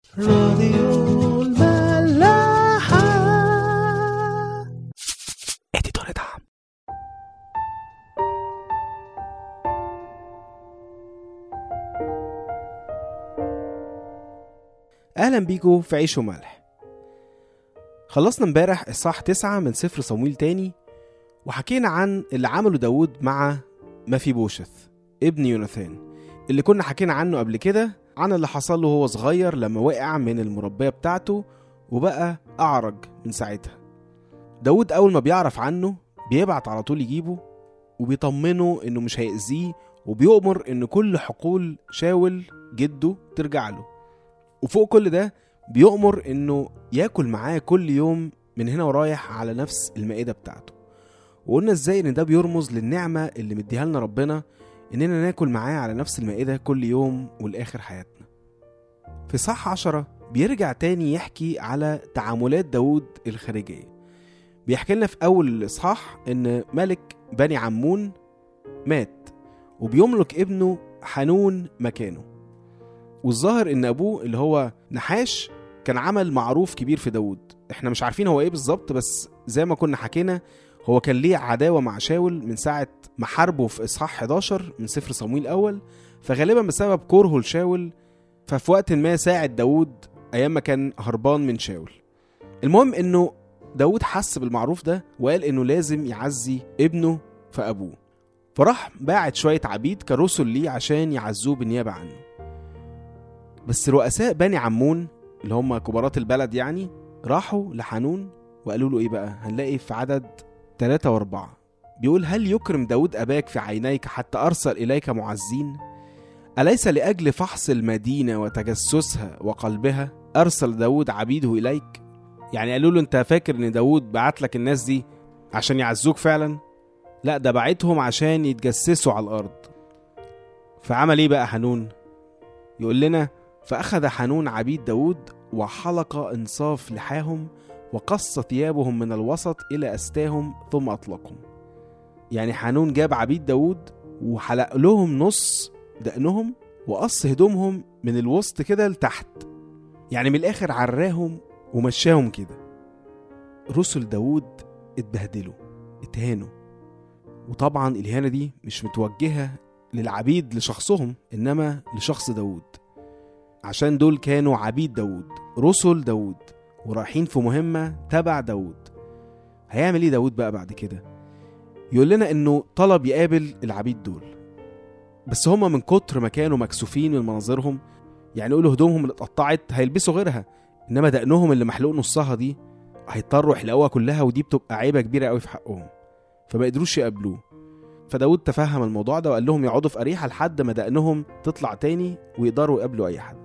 راديو الملاحة. اديتور دعم. اهلا بيكم في عيش وملح. خلصنا امبارح اصحاح 9 من سفر صمويل تاني، وحكينا عن اللي عمله داود مع مفيبوشث ابن يوناثان، اللي كنا حكينا عنه قبل كده، عن اللي حصل له هو صغير لما وقع من المربية بتاعته وبقى أعرج من ساعتها. داود أول ما بيعرف عنه بيبعت على طول يجيبه وبيطمنه إنه مش هيأذيه، وبيؤمر إن كل حقول شاول جده ترجع له، وفوق كل ده بيؤمر إنه ياكل معاه كل يوم من هنا ورايح على نفس المائدة بتاعته. وقلنا إزاي إن ده بيرمز للنعمة اللي مديها لنا ربنا، إننا ناكل معاه على نفس المائدة كل يوم والآخر حياتنا. في صح 10 بيرجع تاني يحكي على تعاملات داود الخارجية. بيحكي لنا في أول الإصحاح إن ملك بني عمون مات، وبيملك ابنه حنون مكانه. والظاهر إن أبوه اللي هو نحاش كان عمل معروف كبير في داود. إحنا مش عارفين هو إيه بالظبط، بس زي ما كنا حكينا هو كان ليه عداوة مع شاول من ساعة ما حاربه في إصحاح 11 من سفر صمويل الأول، فغالبا بسبب كرهه لشاول، ففي وقت ما ساعد داود أيام ما كان هربان من شاول. المهم إنه داود حس بالمعروف ده وقال إنه لازم يعزي ابنه فأبوه، فراح باعت شوية عبيد كرسل ليه عشان يعزوه بالنيابة عنه. بس رؤساء بني عمون اللي هم كبارات البلد يعني راحوا لحنون وقالوا له إيه بقى؟ هنلاقي في عدد 3 و4 بيقول: هل يكرم داود أباك في عينيك حتى أرسل إليك معزين؟ أليس لأجل فحص المدينة وتجسسها وقلبها أرسل داود عبيده إليك؟ يعني قالوا له: أنت فاكر إن داود بعت لك الناس دي عشان يعزوك فعلا؟ لا، ده بعتهم عشان يتجسسوا على الأرض. فعمل إيه بقى حنون؟ يقول لنا: فأخذ حنون عبيد داود وحلق انصاف لحاهم وقص ثيابهم من الوسط إلى أستاهم ثم أطلقهم. يعني حنون جاب عبيد داود وحلق لهم نص دقنهم وقص هدومهم من الوسط كده لتحت، يعني من الآخر عراهم ومشاهم كده. رسل داود اتبهدلوا اتهانوا، وطبعا الإهانة دي مش متوجهة للعبيد لشخصهم، إنما لشخص داود، عشان دول كانوا عبيد داود رسل داود ورايحين في مهمة تبع داود. هيعمل ايه داود بقى بعد كده؟ يقول لنا انه طلب يقابل العبيد دول، بس هما من كتر ما كانوا مكسوفين من مناظرهم، يعني يقولوا هدومهم اللي اتقطعت هيلبسوا غيرها، انما دقنهم اللي محلوق نصها دي هيضطروا يحلقوها كلها، ودي بتبقى عيبة كبيرة قوي في حقهم، فما قدروش يقابلوه. فداود تفهم الموضوع ده وقال لهم يقعدوا في أريحة لحد ما دقنهم تطلع تاني ويقدروا يقابلوا اي حد.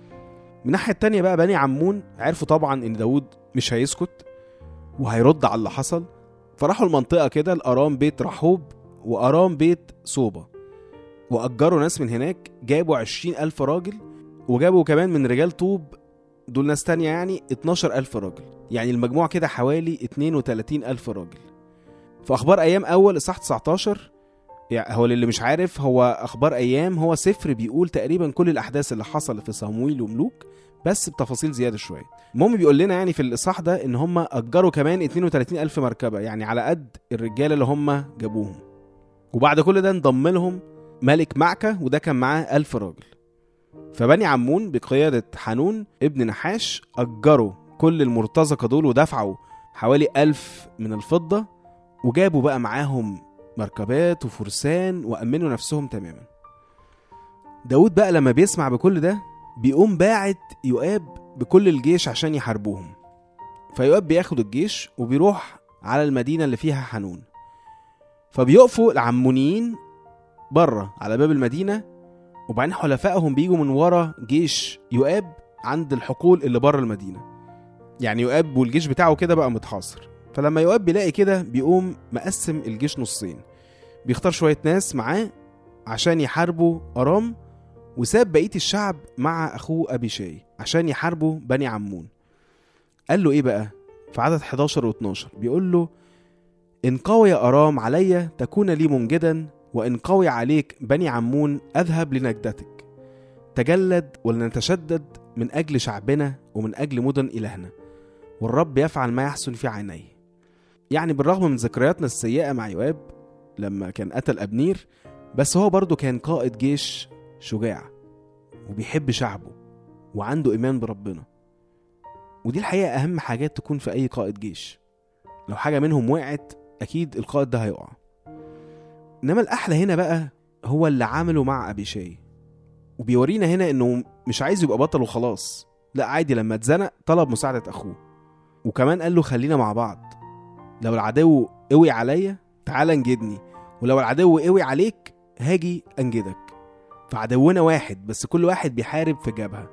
من ناحية التانية بقى بني عمون عرفوا طبعا ان داود مش هيسكت وهيرد على اللي حصل، فراحوا المنطقة كده الأرام بيت رحوب وأرام بيت صوبة، وأجروا ناس من هناك، جابوا 20,000 راجل، وجابوا كمان من رجال طوب دول ناس تانية يعني 12,000 راجل، يعني المجموع كده حوالي 32,000 راجل. في أخبار أيام أول إصحاح 19، يعني هو اللي مش عارف، هو أخبار أيام هو سفر بيقول تقريبا كل الأحداث اللي حصلت في صمويل وملوك، بس بتفاصيل زيادة شوية. المهم بيقول لنا يعني في الإصحاح ده إن هم أجروا كمان 32,000 مركبة، يعني على قد الرجالة اللي هم جابوهم. وبعد كل ده انضم لهم ملك معكة، وده كان معاه 1000 راجل. فبني عمون بقيادة حنون ابن نحاش أجروا كل المرتزقة دول ودفعوا حوالي 1000 من الفضة، وجابوا بقى معاهم مركبات وفرسان وأمنوا نفسهم تماما. داود بقى لما بيسمع بكل ده بيقوم باعت يؤاب بكل الجيش عشان يحاربوهم. فيؤاب بياخد الجيش وبيروح على المدينة اللي فيها حنون، فبيقفوا العمونيين بره على باب المدينة، وبعدين حلفائهم بيجوا من ورا جيش يؤاب عند الحقول اللي بره المدينة. يعني يؤاب والجيش بتاعه كده بقى متحاصر. فلما يؤاب بيلاقي كده بيقوم مقسم الجيش نصين، بيختار شوية ناس معاه عشان يحاربوا أرام، وساب بقية الشعب مع أخوه أبي شاي عشان يحاربوا بني عمون. قال له إيه بقى في عدد 11 و12؟ بيقول له: إن قوي أرام علي تكون لي منجدا، وإن قوي عليك بني عمون أذهب لنجدتك. تجلد ولنتشدد من أجل شعبنا ومن أجل مدن إلهنا، والرب يفعل ما يحسن في عينيه. يعني بالرغم من ذكرياتنا السيئة مع يوآب لما كان قتل أبنير، بس هو برضو كان قائد جيش شجاع وبيحب شعبه وعنده إيمان بربنا. ودي الحقيقة أهم حاجات تكون في أي قائد جيش. لو حاجة منهم وقعت أكيد القائد ده هيقع. إنما الأحلى هنا بقى هو اللي عمله مع أبيشاي، وبيورينا هنا إنه مش عايز يبقى بطل وخلاص، لا عادي. لما اتزنق طلب مساعدة أخوه، وكمان قال له خلينا مع بعض، لو العدو قوي عليا تعال انجدني، ولو العدو قوي عليك هاجي انجدك. فعدونا واحد، بس كل واحد بيحارب في جبهة.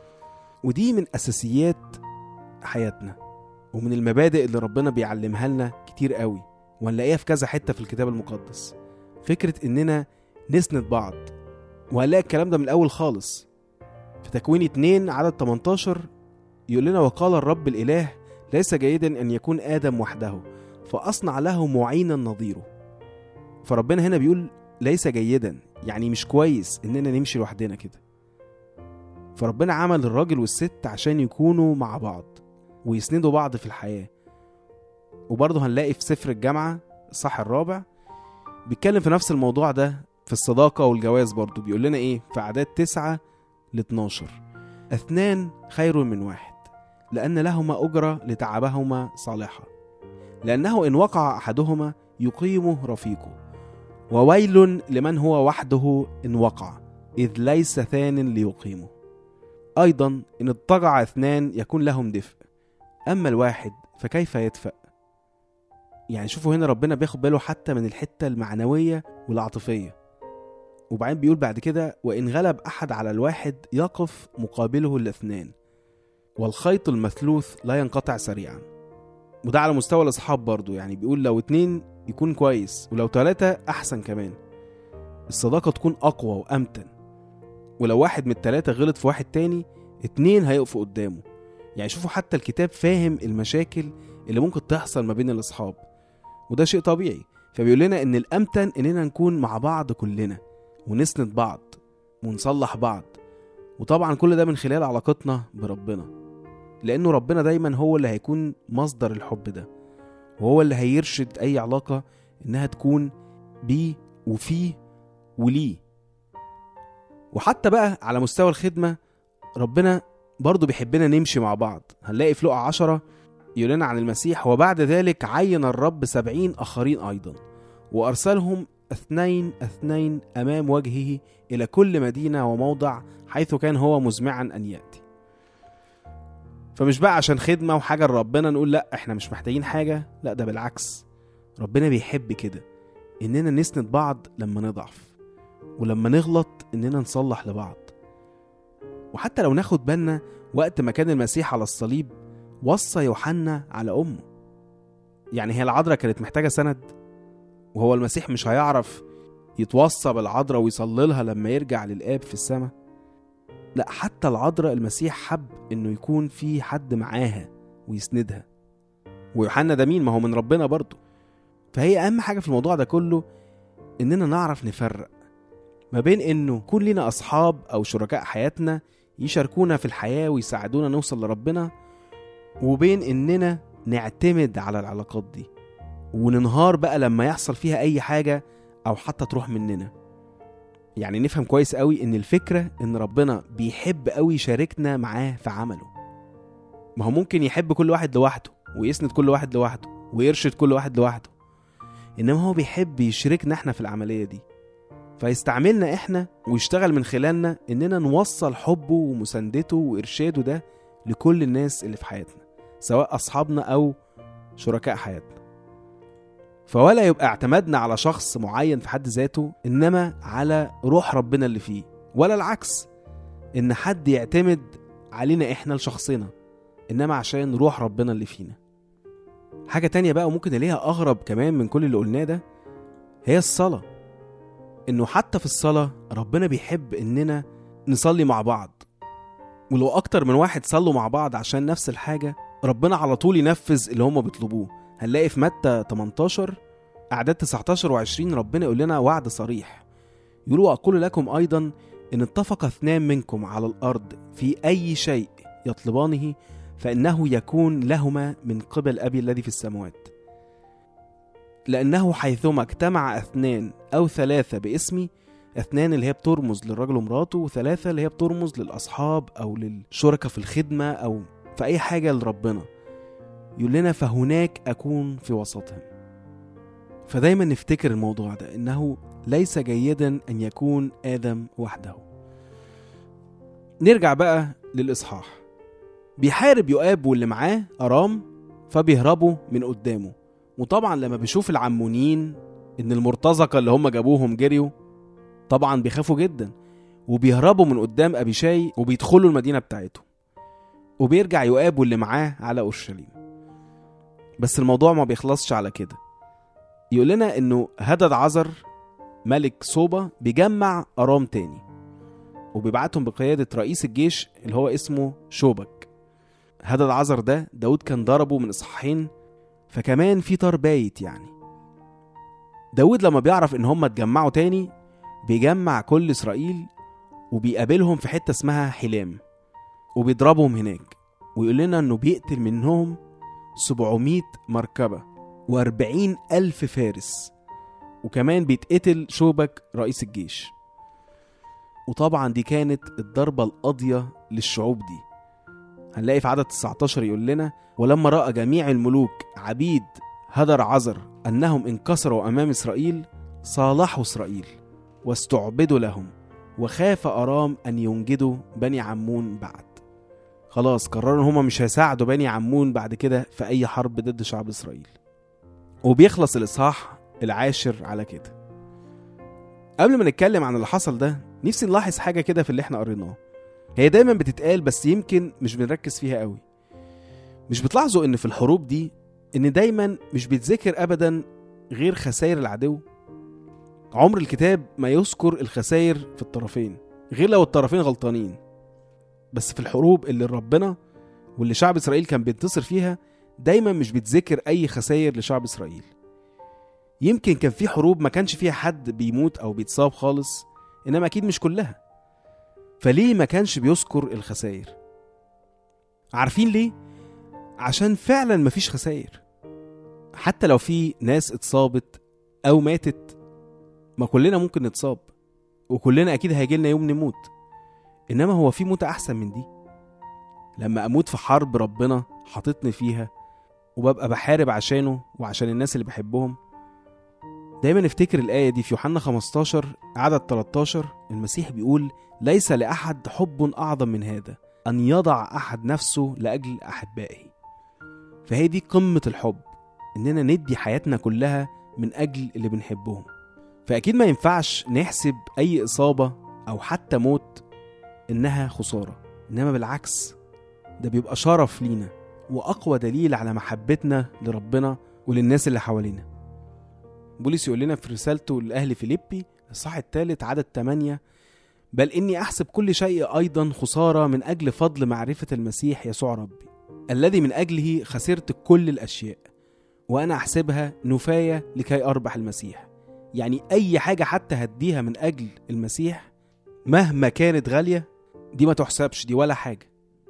ودي من أساسيات حياتنا ومن المبادئ اللي ربنا بيعلمها لنا كتير قوي، وهنلاقيها في كذا حتة في الكتاب المقدس. فكرة إننا نسند بعض، وهنلاقي الكلام ده من الأول خالص في تكوين 2 عدد 18 يقول لنا: وقال الرب الإله ليس جيدا أن يكون آدم وحده، فأصنع له معينا نظيره. فربنا هنا بيقول ليس جيدا، يعني مش كويس إننا نمشي لوحدنا كده. فربنا عمل الراجل والست عشان يكونوا مع بعض ويسندوا بعض في الحياة. وبرضه هنلاقي في سفر الجامعة الصح 4 بيتكلم في نفس الموضوع ده في الصداقة والجواز. برضه بيقول لنا إيه في أعداد 9-12: 2 خير من 1، لأن لهما أجرة لتعبهما صالحة، لأنه إن وقع أحدهما يقيمه رفيقه، وويل لمن هو وحده إن وقع، إذ ليس ثان ليقيمه. أيضا إن اضطجع 2 يكون لهم دفء، أما الواحد فكيف يدفأ. يعني شوفوا هنا ربنا بياخد باله حتى من الحتة المعنوية والعاطفية. وبعدين بيقول بعد كده: وإن غلب أحد على الواحد يقف مقابله 2، والخيط المثلوث لا ينقطع سريعا. وده على مستوى الأصحاب برضو، يعني بيقول لو 2 يكون كويس، ولو 3 أحسن كمان. الصداقة تكون أقوى وأمتن. ولو واحد من 3 غلط في واحد تاني، 2 هيقفوا قدامه. يعني شوفوا حتى الكتاب فاهم المشاكل اللي ممكن تحصل ما بين الأصحاب، وده شيء طبيعي. فبيقول لنا إن الأمتن إننا نكون مع بعض كلنا ونسند بعض ونصلح بعض. وطبعا كل ده من خلال علاقتنا بربنا، لأنه ربنا دايما هو اللي هيكون مصدر الحب ده، وهو اللي هيرشد أي علاقة إنها تكون بيه وفيه وليه. وحتى بقى على مستوى الخدمة ربنا برضو بيحبنا نمشي مع بعض. هنلاقي في لقا 10 يقول لنا عن المسيح: وبعد ذلك عين الرب 70 آخرين أيضا، وأرسلهم 2 أمام وجهه إلى كل مدينة وموضع حيث كان هو مزمعا أن يأتي. فمش بقى عشان خدمة وحاجة لربنا نقول لأ إحنا مش محتاجين حاجة، لأ ده بالعكس. ربنا بيحب كده، إننا نسند بعض لما نضعف، ولما نغلط إننا نصلح لبعض. وحتى لو ناخد بالنا وقت ما كان المسيح على الصليب وصى يوحنا على أمه. يعني هي العذراء كانت محتاجة سند، وهو المسيح مش هيعرف يتوصى بالعذراء ويصلي لها لما يرجع للآب في السماء؟ لا، حتى العذراء المسيح حب إنه يكون في حد معاها ويسندها. ويوحنا ده مين؟ ما هو من ربنا برضو. فهي أهم حاجة في الموضوع ده كله إننا نعرف نفرق ما بين إنه يكون لنا أصحاب أو شركاء حياتنا يشاركونا في الحياة ويساعدونا نوصل لربنا، وبين إننا نعتمد على العلاقات دي وننهار بقى لما يحصل فيها أي حاجة أو حتى تروح مننا. يعني نفهم كويس قوي إن الفكرة إن ربنا بيحب قوي يشاركنا معاه في عمله. ما هو ممكن يحب كل واحد لوحده ويسند كل واحد لوحده ويرشد كل واحد لوحده، إنما هو بيحب يشاركنا إحنا في العملية دي، فيستعملنا إحنا ويشتغل من خلالنا إننا نوصل حبه ومساندته وإرشاده ده لكل الناس اللي في حياتنا، سواء أصحابنا أو شركاء حياتنا. فولا يبقى اعتمدنا على شخص معين في حد ذاته، إنما على روح ربنا اللي فيه، ولا العكس إن حد يعتمد علينا إحنا لشخصنا، إنما عشان روح ربنا اللي فينا. حاجة تانية بقى وممكن ليها أغرب كمان من كل اللي قلناه ده هي الصلاة. إنه حتى في الصلاة ربنا بيحب إننا نصلي مع بعض، ولو أكتر من واحد صلوا مع بعض عشان نفس الحاجة ربنا على طول ينفذ اللي هم بيطلبوه. هنلاقي في متى 18 أعداد 19 و20 ربنا يقول لنا وعد صريح، يقولوا: أقول لكم أيضا إن اتفق 2 منكم على الأرض في أي شيء يطلبانه فإنه يكون لهما من قبل أبي الذي في السماوات. لأنه حيثما اجتمع 2 أو 3 باسمي، 2 اللي هي بترمز للرجل ومراته، و3 اللي هي بترمز للأصحاب أو للشركة في الخدمة أو في أي حاجة لربنا، يقول لنا فهناك أكون في وسطهم. فدايما نفتكر الموضوع ده، إنه ليس جيدا أن يكون آدم وحده. نرجع بقى للإصحاح. بيحارب يؤاب واللي معاه أرام، فبيهربوا من قدامه. وطبعا لما بيشوف العمونيين إن المرتزقة اللي هم جابوهم جريوا، طبعا بيخافوا جدا وبيهربوا من قدام أبيشاي وبيدخلوا المدينة بتاعته. وبيرجع يؤاب واللي معاه على أورشليم. بس الموضوع ما بيخلصش على كده. يقول لنا إنه هدد عزر ملك صوبة بيجمع أرام تاني، وبيبعتهم بقيادة رئيس الجيش اللي هو اسمه شوبك. هدد عزر ده داود كان ضربه من إصحاحين، فكمان في طار بايت يعني. داود لما بيعرف إن هم اتجمعوا تاني بيجمع كل إسرائيل وبيقابلهم في حتة اسمها حلام وبيضربهم هناك. ويقول لنا إنه بيقتل منهم 700 مركبة و40,000 فارس، وكمان بيتقتل شوبك رئيس الجيش. وطبعا دي كانت الضربة القاضية للشعوب دي. هنلاقي في عدد 19 يقول لنا ولما رأى جميع الملوك عبيد هدر عزر أنهم انكسروا أمام إسرائيل صالحوا إسرائيل واستعبدوا لهم، وخاف أرام أن ينجدوا بني عمون بعد. خلاص قرروا هما مش هيساعدوا بني عمون بعد كده في أي حرب ضد شعب إسرائيل. وبيخلص الإصحاح 10 على كده. قبل ما نتكلم عن اللي حصل ده، نفسي نلاحظ حاجة كده في اللي احنا قريناه. هي دايما بتتقال بس يمكن مش بنركز فيها قوي. مش بتلاحظوا ان في الحروب دي ان دايما مش بيتذكر ابدا غير خسائر العدو؟ عمر الكتاب ما يذكر الخسائر في الطرفين غير لو الطرفين غلطانين. بس في الحروب اللي ربنا واللي شعب إسرائيل كان بينتصر فيها دايما مش بيتذكر اي خسائر لشعب إسرائيل. يمكن كان في حروب ما كانش فيها حد بيموت او بيتصاب خالص، انما اكيد مش كلها. فليه ما كانش بيذكر الخسائر؟ عارفين ليه؟ عشان فعلا مفيش خسائر. حتى لو في ناس اتصابت او ماتت، ما كلنا ممكن نتصاب وكلنا اكيد هيجيلنا يوم نموت. انما هو في موت احسن من دي؟ لما اموت في حرب ربنا حاططني فيها وببقى بحارب عشانه وعشان الناس اللي بحبهم. دايما نفتكر الآية دي في يوحنا 15 عدد 13. المسيح بيقول ليس لأحد حب أعظم من هذا أن يضع أحد نفسه لأجل أحبائه. فهي دي قمة الحب، إننا ندي حياتنا كلها من أجل اللي بنحبهم. فأكيد ما ينفعش نحسب أي إصابة أو حتى موت إنها خسارة، إنما بالعكس ده بيبقى شرف لينا وأقوى دليل على محبتنا لربنا وللناس اللي حوالينا. بولس يقول لنا في رسالته لأهل فيليبي الإصحاح 3 عدد 8 بل إني أحسب كل شيء أيضا خسارة من أجل فضل معرفة المسيح يسوع ربي الذي من أجله خسرت كل الأشياء وأنا أحسبها نفاية لكي أربح المسيح. يعني أي حاجة حتى هديها من أجل المسيح مهما كانت غالية دي ما تحسبش، دي ولا حاجة.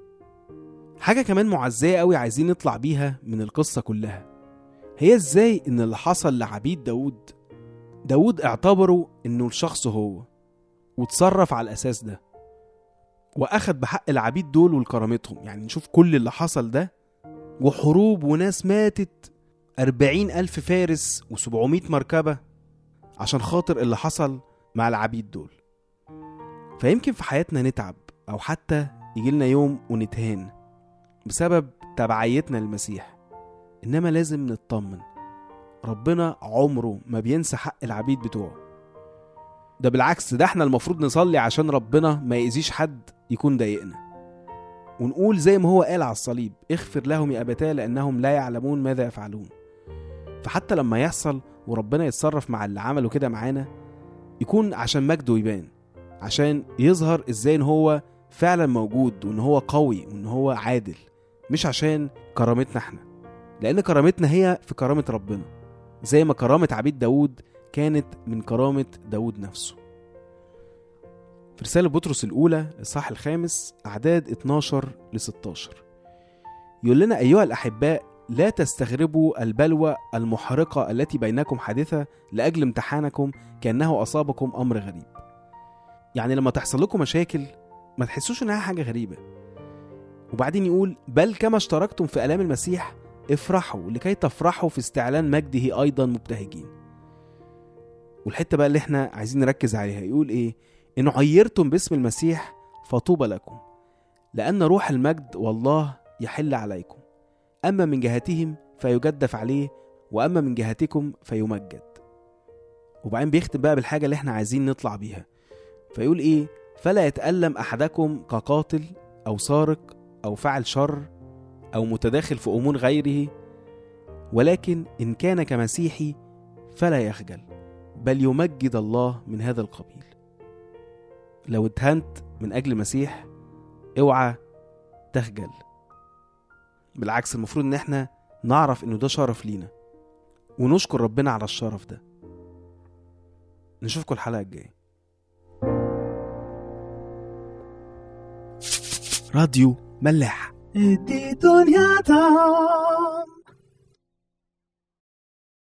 حاجة كمان معزية قوي عايزين نطلع بيها من القصة كلها، هي ازاي ان اللي حصل لعبيد داود اعتبروا انه الشخص هو وتصرف على الاساس ده واخد بحق العبيد دول والكرامتهم. يعني نشوف كل اللي حصل ده وحروب وناس ماتت 40,000 فارس و700 مركبة عشان خاطر اللي حصل مع العبيد دول. فيمكن في حياتنا نتعب او حتى يجيلنا يوم ونتهان بسبب تبعيتنا للمسيح، إنما لازم نطمن ربنا عمره ما بينسى حق العبيد بتوعه. ده بالعكس، ده احنا المفروض نصلي عشان ربنا ما يأذيش حد يكون ضايقنا، ونقول زي ما هو قال على الصليب اغفر لهم يا أبتاه لأنهم لا يعلمون ماذا يفعلون. فحتى لما يحصل وربنا يتصرف مع اللي عمله كده معانا يكون عشان مجده يبان، عشان يظهر ازاي ان هو فعلا موجود وان هو قوي وان هو عادل، مش عشان كرامتنا احنا، لأن كرامتنا هي في كرامة ربنا زي ما كرامة عبيد داود كانت من كرامة داود نفسه. في رسالة بطرس الأولى الإصحاح 5 أعداد 12-16 يقول لنا: أيها الأحباء، لا تستغربوا البلوى المحرقة التي بينكم حادثة لأجل امتحانكم كأنه أصابكم أمر غريب. يعني لما تحصل لكم مشاكل ما تحسوش إنها حاجة غريبة. وبعدين يقول: بل كما اشتركتم في آلام المسيح افرحوا لكي تفرحوا في استعلان مجده أيضا مبتهجين. والحتة بقى اللي احنا عايزين نركز عليها يقول إيه؟ إن عيرتم باسم المسيح فطوبى لكم، لأن روح المجد والله يحل عليكم، أما من جهتهم فيجدف عليه، وأما من جهتكم فيمجد. وبعدين بيختم بقى بالحاجة اللي احنا عايزين نطلع بيها، فيقول إيه؟ فلا يتألم أحدكم كقاتل أو سارق أو فعل شر أو متداخل في أمور غيره، ولكن إن كان كمسيحي فلا يخجل، بل يمجد الله من هذا القبيل. لو اتهنت من أجل مسيح اوعى تخجل، بالعكس المفروض ان احنا نعرف انه ده شرف لينا ونشكر ربنا على الشرف ده. نشوفكم الحلقة الجاية. راديو ملاح.